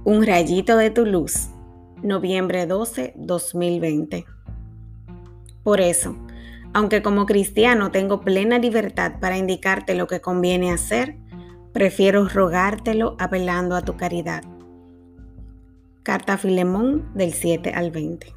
Un rayito de tu luz, noviembre 12, 2020. Por eso, aunque como cristiano tengo plena libertad para indicarte lo que conviene hacer, prefiero rogártelo apelando a tu caridad. Carta a Filemón del 7 al 20.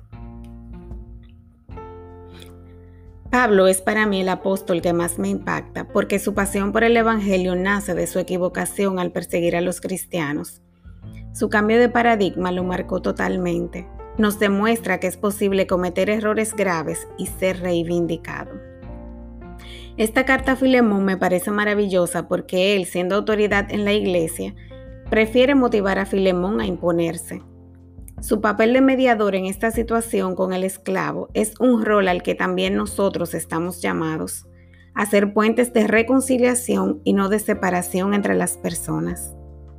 Pablo es para mí el apóstol que más me impacta porque su pasión por el Evangelio nace de su equivocación al perseguir a los cristianos. Su cambio de paradigma lo marcó totalmente. Nos demuestra que es posible cometer errores graves y ser reivindicado. Esta carta a Filemón me parece maravillosa porque él, siendo autoridad en la iglesia, prefiere motivar a Filemón a imponerse. Su papel de mediador en esta situación con el esclavo es un rol al que también nosotros estamos llamados, a ser puentes de reconciliación y no de separación entre las personas.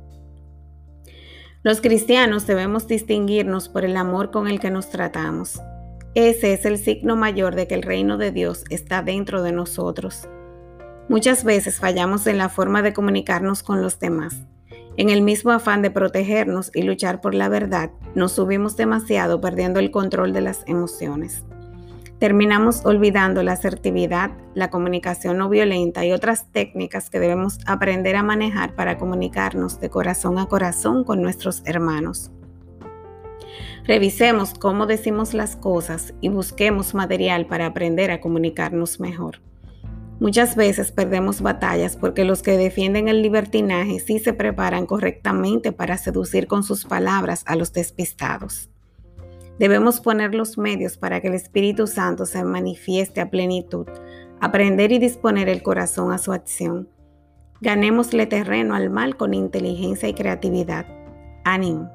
Los cristianos debemos distinguirnos por el amor con el que nos tratamos. Ese es el signo mayor de que el reino de Dios está dentro de nosotros. Muchas veces fallamos en la forma de comunicarnos con los demás. En el mismo afán de protegernos y luchar por la verdad, nos subimos demasiado perdiendo el control de las emociones. Terminamos olvidando la asertividad, la comunicación no violenta y otras técnicas que debemos aprender a manejar para comunicarnos de corazón a corazón con nuestros hermanos. Revisemos cómo decimos las cosas y busquemos material para aprender a comunicarnos mejor. Muchas veces perdemos batallas porque los que defienden el libertinaje sí se preparan correctamente para seducir con sus palabras a los despistados. Debemos poner los medios para que el Espíritu Santo se manifieste a plenitud, aprender y disponer el corazón a su acción. Ganémosle terreno al mal con inteligencia y creatividad. Ánimo.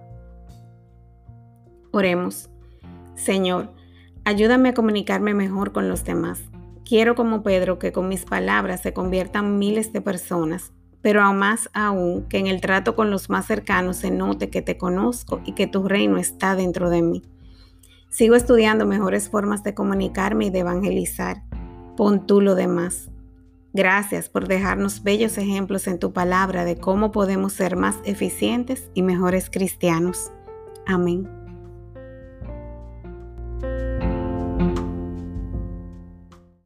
Oremos. Señor, ayúdame a comunicarme mejor con los demás. Quiero, como Pedro, que con mis palabras se conviertan miles de personas, pero aún más aún que en el trato con los más cercanos se note que te conozco y que tu reino está dentro de mí. Sigo estudiando mejores formas de comunicarme y de evangelizar. Pon tú lo demás. Gracias por dejarnos bellos ejemplos en tu palabra de cómo podemos ser más eficientes y mejores cristianos. Amén.